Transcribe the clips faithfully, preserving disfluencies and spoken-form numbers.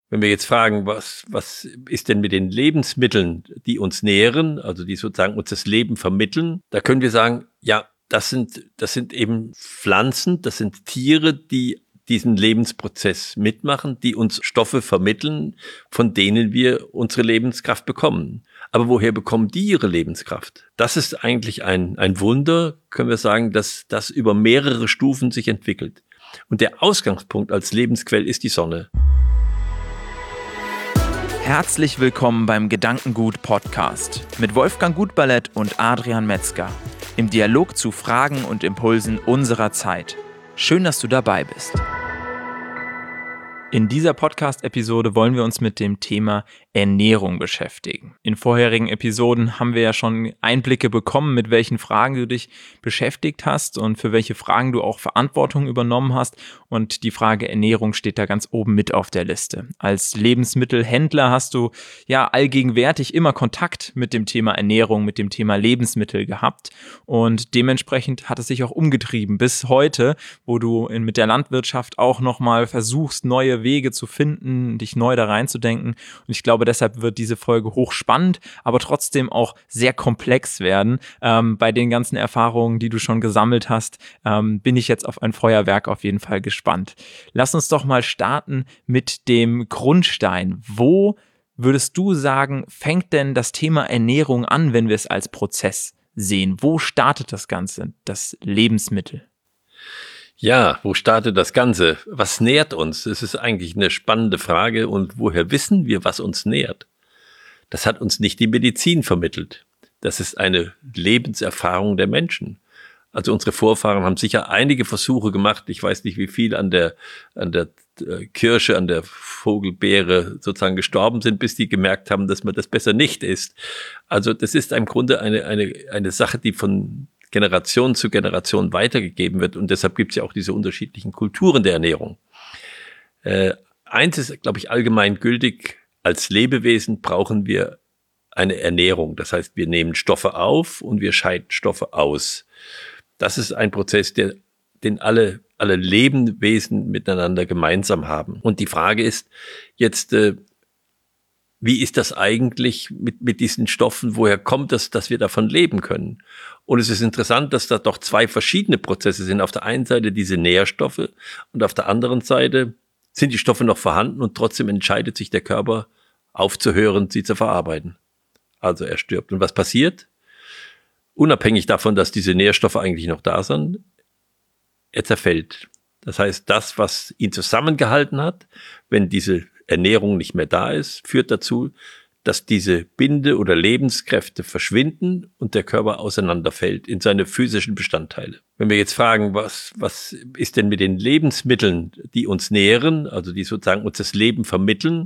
Wenn wir jetzt fragen, was, was ist denn mit den Lebensmitteln, die uns nähren, also die sozusagen uns das Leben vermitteln, da können wir sagen, ja, das sind, das sind eben Pflanzen, das sind Tiere, die diesen Lebensprozess mitmachen, die uns Stoffe vermitteln, von denen wir unsere Lebenskraft bekommen. Aber woher bekommen die ihre Lebenskraft? Das ist eigentlich ein, ein Wunder, können wir sagen, dass das über mehrere Stufen sich entwickelt. Und der Ausgangspunkt als Lebensquelle ist die Sonne. Herzlich willkommen beim Gedankengut-Podcast mit Wolfgang Gutballett und Adrian Metzger im Dialog zu Fragen und Impulsen unserer Zeit. Schön, dass du dabei bist. In dieser Podcast-Episode wollen wir uns mit dem Thema Ernährung beschäftigen. In vorherigen Episoden haben wir ja schon Einblicke bekommen, mit welchen Fragen du dich beschäftigt hast und für welche Fragen du auch Verantwortung übernommen hast. Und die Frage Ernährung steht da ganz oben mit auf der Liste. Als Lebensmittelhändler hast du ja allgegenwärtig immer Kontakt mit dem Thema Ernährung, mit dem Thema Lebensmittel gehabt. Und dementsprechend hat es sich auch umgetrieben bis heute, wo du in, mit der Landwirtschaft auch nochmal versuchst, neue Wege zu finden, dich neu da reinzudenken. Und ich glaube, deshalb wird diese Folge hochspannend, aber trotzdem auch sehr komplex werden. Ähm, bei den ganzen Erfahrungen, die du schon gesammelt hast, ähm, bin ich jetzt auf ein Feuerwerk auf jeden Fall gespannt. Lass uns doch mal starten mit dem Grundstein. Wo würdest du sagen, fängt denn das Thema Ernährung an, wenn wir es als Prozess sehen? Wo startet das Ganze, das Lebensmittel? Ja, wo startet das Ganze? Was nährt uns? Das ist eigentlich eine spannende Frage. Und woher wissen wir, was uns nährt? Das hat uns nicht die Medizin vermittelt. Das ist eine Lebenserfahrung der Menschen. Also unsere Vorfahren haben sicher einige Versuche gemacht. Ich weiß nicht, wie viel an der, an der Kirsche, an der Vogelbeere sozusagen gestorben sind, bis die gemerkt haben, dass man das besser nicht isst. Also das ist im Grunde eine, eine, eine Sache, die von Generation zu Generation weitergegeben wird. Und deshalb gibt es ja auch diese unterschiedlichen Kulturen der Ernährung. Äh, eins ist, glaube ich, allgemein gültig. Als Lebewesen brauchen wir eine Ernährung. Das heißt, wir nehmen Stoffe auf und wir scheiden Stoffe aus. Das ist ein Prozess, der, den alle, alle Lebewesen miteinander gemeinsam haben. Und die Frage ist jetzt, äh, wie ist das eigentlich mit, mit diesen Stoffen? Woher kommt das, dass wir davon leben können? Und es ist interessant, dass da doch zwei verschiedene Prozesse sind. Auf der einen Seite diese Nährstoffe und auf der anderen Seite sind die Stoffe noch vorhanden und trotzdem entscheidet sich der Körper aufzuhören, sie zu verarbeiten. Also er stirbt. Und was passiert? Unabhängig davon, dass diese Nährstoffe eigentlich noch da sind, er zerfällt. Das heißt, das, was ihn zusammengehalten hat, wenn diese Ernährung nicht mehr da ist, führt dazu, dass diese Binde- oder Lebenskräfte verschwinden und der Körper auseinanderfällt in seine physischen Bestandteile. Wenn wir jetzt fragen, was, was ist denn mit den Lebensmitteln, die uns nähren, also die sozusagen uns das Leben vermitteln,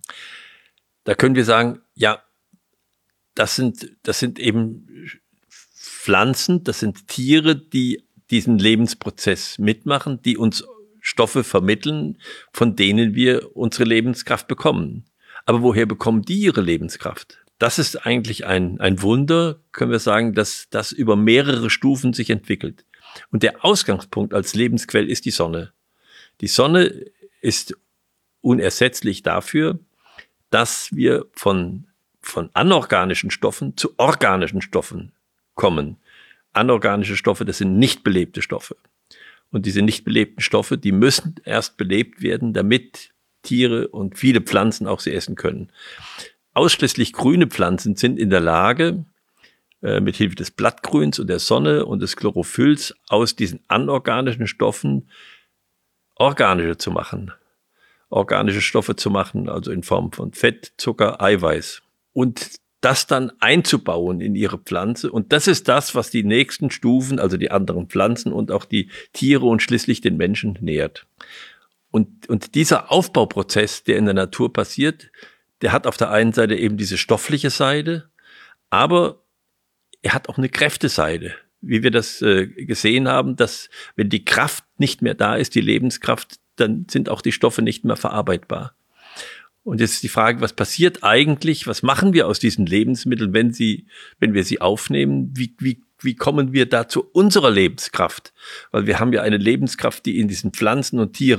da können wir sagen, ja, das sind, das sind eben Pflanzen, das sind Tiere, die diesen Lebensprozess mitmachen, die uns Stoffe vermitteln, von denen wir unsere Lebenskraft bekommen. Aber woher bekommen die ihre Lebenskraft? Das ist eigentlich ein, ein Wunder, können wir sagen, dass das über mehrere Stufen sich entwickelt. Und der Ausgangspunkt als Lebensquelle ist die Sonne. Die Sonne ist unersetzlich dafür, dass wir von, von anorganischen Stoffen zu organischen Stoffen kommen. Anorganische Stoffe, das sind nicht belebte Stoffe. Und diese nicht belebten Stoffe, die müssen erst belebt werden, damit Tiere und viele Pflanzen auch sie essen können. Ausschließlich grüne Pflanzen sind in der Lage, äh, mit Hilfe des Blattgrüns und der Sonne und des Chlorophylls aus diesen anorganischen Stoffen organische zu machen. Organische Stoffe zu machen, also in Form von Fett, Zucker, Eiweiß. Und das dann einzubauen in ihre Pflanze. Und das ist das, was die nächsten Stufen, also die anderen Pflanzen und auch die Tiere und schließlich den Menschen nährt. Und, und dieser Aufbauprozess, der in der Natur passiert, der hat auf der einen Seite eben diese stoffliche Seite, aber er hat auch eine Kräfteseite. Wie wir das äh, gesehen haben, dass wenn die Kraft nicht mehr da ist, die Lebenskraft, dann sind auch die Stoffe nicht mehr verarbeitbar. Und jetzt ist die Frage, was passiert eigentlich? Was machen wir aus diesen Lebensmitteln, wenn sie, wenn wir sie aufnehmen? Wie, wie, wie kommen wir da zu unserer Lebenskraft? Weil wir haben ja eine Lebenskraft, die in diesen Pflanzen und Tieren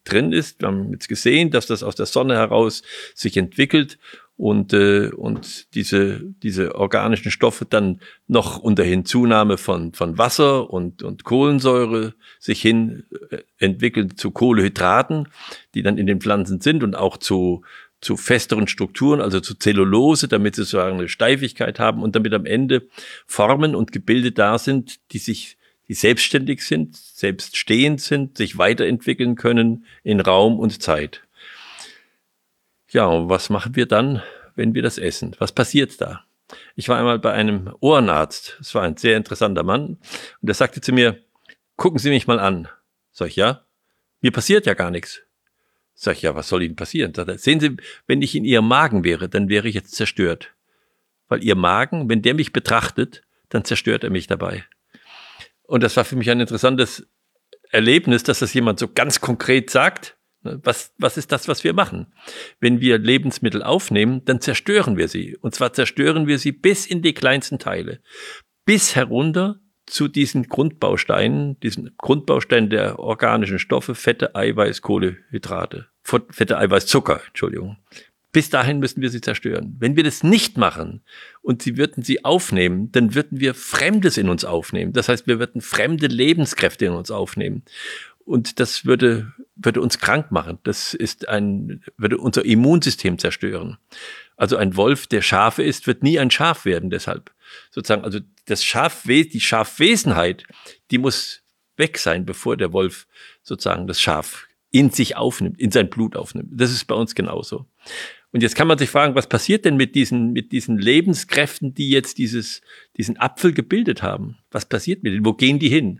drin ist. Wir haben jetzt gesehen, dass das aus der Sonne heraus sich entwickelt und, äh, und diese, diese organischen Stoffe dann noch unter Hinzunahme von, von Wasser und, und Kohlensäure sich hin äh, entwickeln zu Kohlenhydraten, die dann in den Pflanzen sind und auch zu, zu festeren Strukturen, also zu Zellulose, damit sie sozusagen eine Steifigkeit haben und damit am Ende Formen und Gebilde da sind, die sich, die selbstständig sind, selbststehend sind, sich weiterentwickeln können in Raum und Zeit. Ja, und was machen wir dann, wenn wir das essen? Was passiert da? Ich war einmal bei einem Ohrenarzt. Das war ein sehr interessanter Mann. Und der sagte zu mir, gucken Sie mich mal an. Sag ich, ja? Mir passiert ja gar nichts. Sag ich, ja, was soll Ihnen passieren? Sagt er, sehen Sie, wenn ich in Ihrem Magen wäre, dann wäre ich jetzt zerstört. Weil Ihr Magen, wenn der mich betrachtet, dann zerstört er mich dabei. Und das war für mich ein interessantes Erlebnis, dass das jemand so ganz konkret sagt. Was, was ist das, was wir machen? Wenn wir Lebensmittel aufnehmen, dann zerstören wir sie. Und zwar zerstören wir sie bis in die kleinsten Teile. Bis herunter zu diesen Grundbausteinen, diesen Grundbausteinen der organischen Stoffe, Fette, Eiweiß, Kohlenhydrate, Fette, Eiweiß, Zucker, Entschuldigung. Bis dahin müssen wir sie zerstören. Wenn wir das nicht machen und sie würden sie aufnehmen, dann würden wir Fremdes in uns aufnehmen. Das heißt, wir würden fremde Lebenskräfte in uns aufnehmen. Und das würde, würde uns krank machen. Das ist ein, würde unser Immunsystem zerstören. Also ein Wolf, der Schafe isst, wird nie ein Schaf werden, deshalb. Sozusagen, also das Schafwesen, die Schafwesenheit, die muss weg sein, bevor der Wolf sozusagen das Schaf in sich aufnimmt, in sein Blut aufnimmt. Das ist bei uns genauso. Und jetzt kann man sich fragen, was passiert denn mit diesen, mit diesen Lebenskräften, die jetzt dieses, diesen Apfel gebildet haben? Was passiert mit denen? Wo gehen die hin?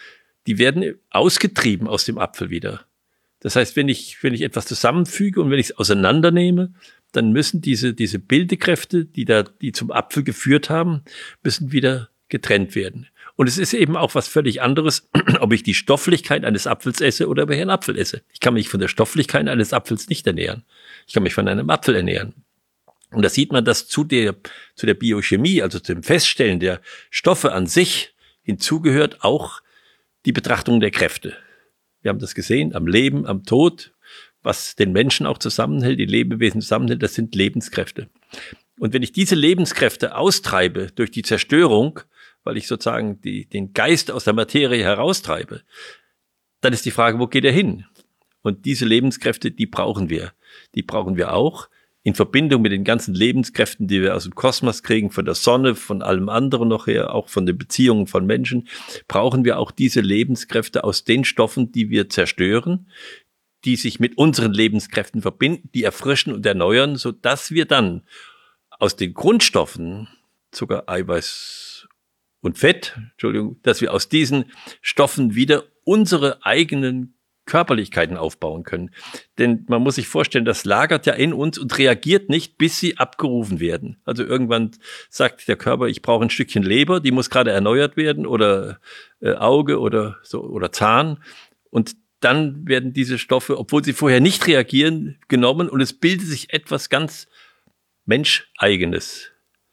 Die werden ausgetrieben aus dem Apfel wieder. Das heißt, wenn ich, wenn ich etwas zusammenfüge und wenn ich es auseinandernehme, dann müssen diese, diese Bildekräfte, die da, die zum Apfel geführt haben, müssen wieder getrennt werden. Und es ist eben auch was völlig anderes, ob ich die Stofflichkeit eines Apfels esse oder ob ich einen Apfel esse. Ich kann mich von der Stofflichkeit eines Apfels nicht ernähren. Ich kann mich von einem Apfel ernähren. Und da sieht man, dass zu der, zu der Biochemie, also zum Feststellen der Stoffe an sich hinzugehört auch die Betrachtung der Kräfte. Wir haben das gesehen am Leben, am Tod, was den Menschen auch zusammenhält, die Lebewesen zusammenhält, das sind Lebenskräfte. Und wenn ich diese Lebenskräfte austreibe durch die Zerstörung, weil ich sozusagen die, den Geist aus der Materie heraustreibe, dann ist die Frage, wo geht er hin? Und diese Lebenskräfte, die brauchen wir. Die brauchen wir auch in Verbindung mit den ganzen Lebenskräften, die wir aus dem Kosmos kriegen, von der Sonne, von allem anderen noch her, auch von den Beziehungen von Menschen, brauchen wir auch diese Lebenskräfte aus den Stoffen, die wir zerstören, die sich mit unseren Lebenskräften verbinden, die erfrischen und erneuern, so dass wir dann aus den Grundstoffen, Zucker, Eiweiß und Fett, Entschuldigung, dass wir aus diesen Stoffen wieder unsere eigenen Körperlichkeiten aufbauen können. Denn man muss sich vorstellen, das lagert ja in uns und reagiert nicht, bis sie abgerufen werden. Also irgendwann sagt der Körper, ich brauche ein Stückchen Leber, die muss gerade erneuert werden oder äh, Auge oder so oder Zahn. Und dann werden diese Stoffe, obwohl sie vorher nicht reagieren, genommen und es bildet sich etwas ganz Menscheigenes.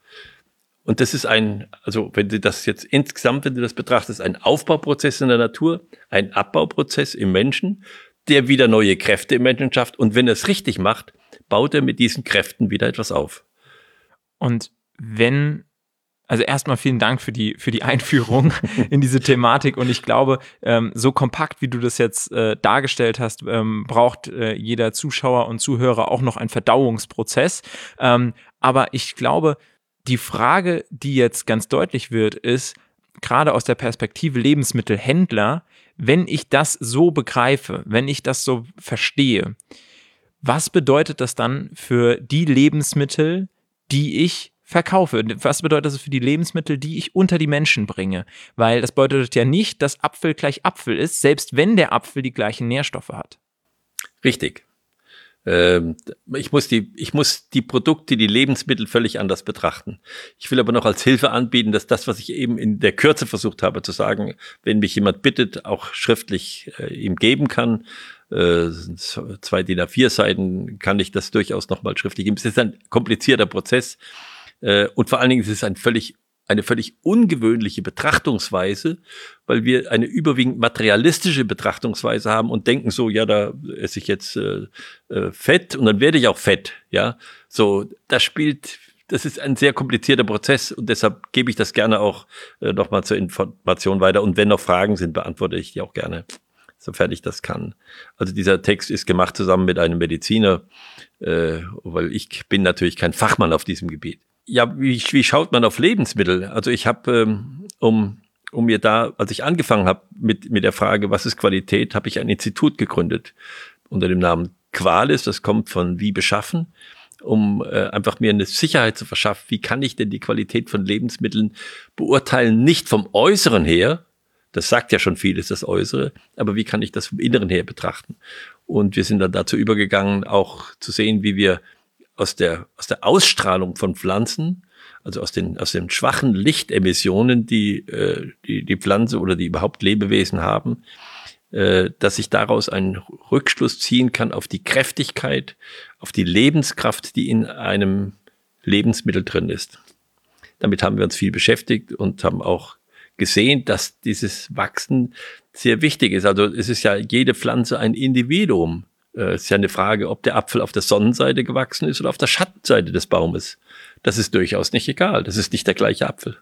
Und das ist ein, also wenn du das jetzt insgesamt, wenn du das betrachtest, ein Aufbauprozess in der Natur, ein Abbauprozess im Menschen, der wieder neue Kräfte im Menschen schafft. Und wenn er es richtig macht, baut er mit diesen Kräften wieder etwas auf. Und wenn, also erstmal vielen Dank für die, für die Einführung in diese Thematik. Und ich glaube, ähm, so kompakt, wie du das jetzt äh, dargestellt hast, ähm, braucht äh, jeder Zuschauer und Zuhörer auch noch einen Verdauungsprozess. Ähm, aber ich glaube, die Frage, die jetzt ganz deutlich wird, ist, gerade aus der Perspektive Lebensmittelhändler, wenn ich das so begreife, wenn ich das so verstehe, was bedeutet das dann für die Lebensmittel, die ich verkaufe? Was bedeutet das für die Lebensmittel, die ich unter die Menschen bringe? Weil das bedeutet ja nicht, dass Apfel gleich Apfel ist, selbst wenn der Apfel die gleichen Nährstoffe hat. Richtig. Ich muss die, ich muss die Produkte, die Lebensmittel völlig anders betrachten. Ich will aber noch als Hilfe anbieten, dass das, was ich eben in der Kürze versucht habe zu sagen, wenn mich jemand bittet, auch schriftlich äh, ihm geben kann. Äh, zwei D I N A vier Seiten kann ich das durchaus nochmal schriftlich geben. Es ist ein komplizierter Prozess äh, und vor allen Dingen ist es ein völlig eine völlig ungewöhnliche Betrachtungsweise, weil wir eine überwiegend materialistische Betrachtungsweise haben und denken so, ja, da esse ich jetzt äh, äh, Fett und dann werde ich auch fett, ja. So, das spielt, das ist ein sehr komplizierter Prozess und deshalb gebe ich das gerne auch äh, nochmal zur Information weiter und wenn noch Fragen sind, beantworte ich die auch gerne, sofern ich das kann. Also dieser Text ist gemacht zusammen mit einem Mediziner, äh, weil ich bin natürlich kein Fachmann auf diesem Gebiet. Ja, wie, wie schaut man auf Lebensmittel? Also ich habe, ähm, um, um mir da, als ich angefangen habe mit, mit der Frage, was ist Qualität, habe ich ein Institut gegründet unter dem Namen Qualis, das kommt von wie beschaffen, um äh, einfach mir eine Sicherheit zu verschaffen, wie kann ich denn die Qualität von Lebensmitteln beurteilen, nicht vom Äußeren her, das sagt ja schon vieles, das Äußere, aber wie kann ich das vom Inneren her betrachten? Und wir sind dann dazu übergegangen, auch zu sehen, wie wir aus der, aus der Ausstrahlung von Pflanzen, also aus den, aus den schwachen Lichtemissionen, die, äh, die, die Pflanze oder die überhaupt Lebewesen haben, äh, dass ich daraus einen Rückschluss ziehen kann auf die Kräftigkeit, auf die Lebenskraft, die in einem Lebensmittel drin ist. Damit haben wir uns viel beschäftigt und haben auch gesehen, dass dieses Wachsen sehr wichtig ist. Also es ist ja jede Pflanze ein Individuum. Es ist ja eine Frage, ob der Apfel auf der Sonnenseite gewachsen ist oder auf der Schattenseite des Baumes. Das ist durchaus nicht egal. Das ist nicht der gleiche Apfel.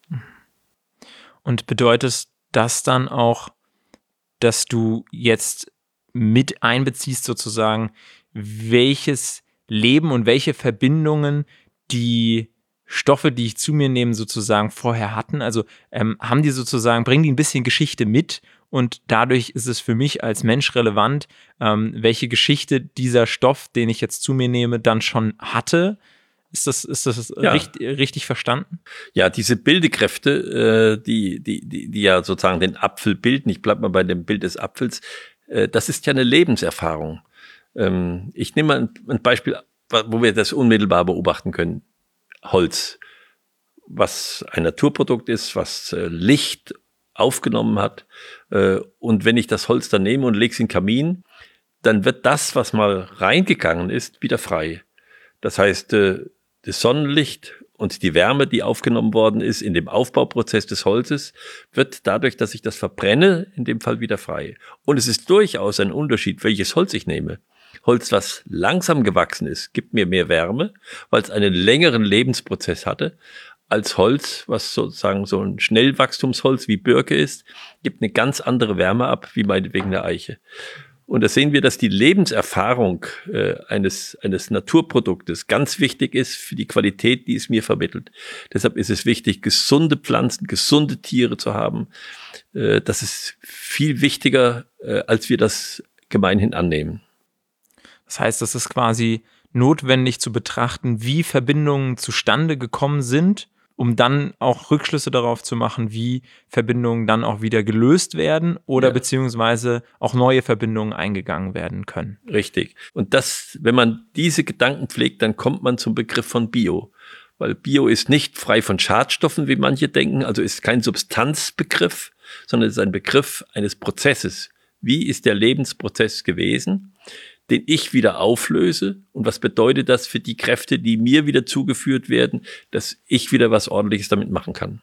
Und bedeutet das dann auch, dass du jetzt mit einbeziehst sozusagen, welches Leben und welche Verbindungen die Stoffe, die ich zu mir nehme, sozusagen vorher hatten? Also ähm, haben die sozusagen, bringen die ein bisschen Geschichte mit? Und dadurch ist es für mich als Mensch relevant, ähm, welche Geschichte dieser Stoff, den ich jetzt zu mir nehme, dann schon hatte. Ist das, ist das ja. richtig, richtig verstanden? Ja, diese Bildekräfte, äh, die, die, die, die ja sozusagen den Apfel bilden, ich bleib mal bei dem Bild des Apfels, äh, das ist ja eine Lebenserfahrung. Ähm, ich nehme mal ein, ein Beispiel, wo wir das unmittelbar beobachten können. Holz, was ein Naturprodukt ist, was äh, Licht aufgenommen hat. Äh, und wenn ich das Holz dann nehme und lege es in den Kamin, dann wird das, was mal reingegangen ist, wieder frei. Das heißt, äh, das Sonnenlicht und die Wärme, die aufgenommen worden ist in dem Aufbauprozess des Holzes, wird dadurch, dass ich das verbrenne, in dem Fall wieder frei. Und es ist durchaus ein Unterschied, welches Holz ich nehme. Holz, was langsam gewachsen ist, gibt mir mehr Wärme, weil es einen längeren Lebensprozess hatte, als Holz, was sozusagen so ein Schnellwachstumsholz wie Birke ist, gibt eine ganz andere Wärme ab, wie meinetwegen eine Eiche. Und da sehen wir, dass die Lebenserfahrung äh, eines, eines Naturproduktes ganz wichtig ist für die Qualität, die es mir vermittelt. Deshalb ist es wichtig, gesunde Pflanzen, gesunde Tiere zu haben. Äh, das ist viel wichtiger, äh, als wir das gemeinhin annehmen. Das heißt, es ist quasi notwendig zu betrachten, wie Verbindungen zustande gekommen sind, um dann auch Rückschlüsse darauf zu machen, wie Verbindungen dann auch wieder gelöst werden oder ja. beziehungsweise auch neue Verbindungen eingegangen werden können. Richtig. Und das, wenn man diese Gedanken pflegt, dann kommt man zum Begriff von Bio. Weil Bio ist nicht frei von Schadstoffen, wie manche denken, also ist kein Substanzbegriff, sondern ist ein Begriff eines Prozesses. Wie ist der Lebensprozess gewesen, den ich wieder auflöse? Und was bedeutet das für die Kräfte, die mir wieder zugeführt werden, dass ich wieder was Ordentliches damit machen kann?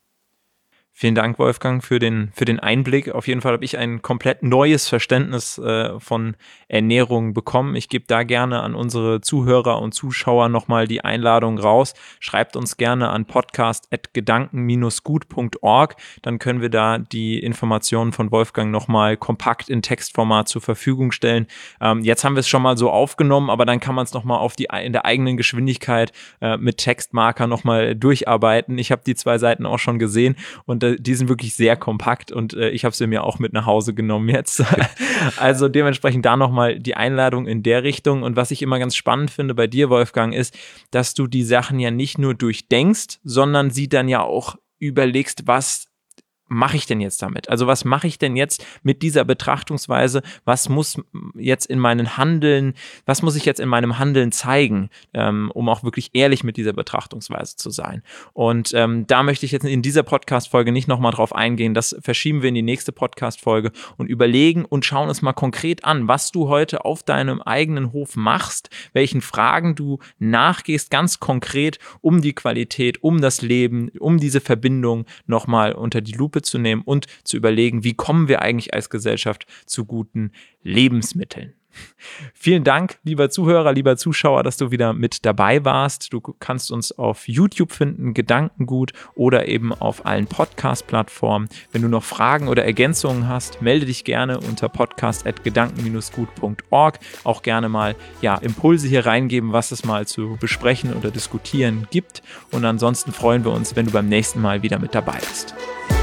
Vielen Dank, Wolfgang, für den, für den Einblick. Auf jeden Fall habe ich ein komplett neues Verständnis äh, von Ernährung bekommen. Ich gebe da gerne an unsere Zuhörer und Zuschauer nochmal die Einladung raus. Schreibt uns gerne an podcast at gedanken dash gut punkt org. Dann können wir da die Informationen von Wolfgang nochmal kompakt in Textformat zur Verfügung stellen. Ähm, jetzt haben wir es schon mal so aufgenommen, aber dann kann man es nochmal auf die, in der eigenen Geschwindigkeit äh, mit Textmarker nochmal durcharbeiten. Ich habe die zwei Seiten auch schon gesehen und die sind wirklich sehr kompakt und äh, ich habe sie mir auch mit nach Hause genommen jetzt. Also dementsprechend da nochmal die Einladung in der Richtung. Und was ich immer ganz spannend finde bei dir, Wolfgang, ist, dass du die Sachen ja nicht nur durchdenkst, sondern sie dann ja auch überlegst, was mache ich denn jetzt damit? Also was mache ich denn jetzt mit dieser Betrachtungsweise? Was muss jetzt in meinem Handeln, was muss ich jetzt in meinem Handeln zeigen, ähm, um auch wirklich ehrlich mit dieser Betrachtungsweise zu sein? Und ähm, da möchte ich jetzt in dieser Podcast-Folge nicht nochmal drauf eingehen. Das verschieben wir in die nächste Podcast-Folge und überlegen und schauen uns mal konkret an, was du heute auf deinem eigenen Hof machst, welchen Fragen du nachgehst, ganz konkret, um die Qualität, um das Leben, um diese Verbindung nochmal unter die Lupe zu nehmen und zu überlegen, wie kommen wir eigentlich als Gesellschaft zu guten Lebensmitteln. Vielen Dank, lieber Zuhörer, lieber Zuschauer, dass du wieder mit dabei warst. Du kannst uns auf YouTube finden, Gedankengut, oder eben auf allen Podcast-Plattformen. Wenn du noch Fragen oder Ergänzungen hast, melde dich gerne unter podcast at gedanken dash gut punkt org. Auch gerne mal ja, Impulse hier reingeben, was es mal zu besprechen oder diskutieren gibt. Und ansonsten freuen wir uns, wenn du beim nächsten Mal wieder mit dabei bist.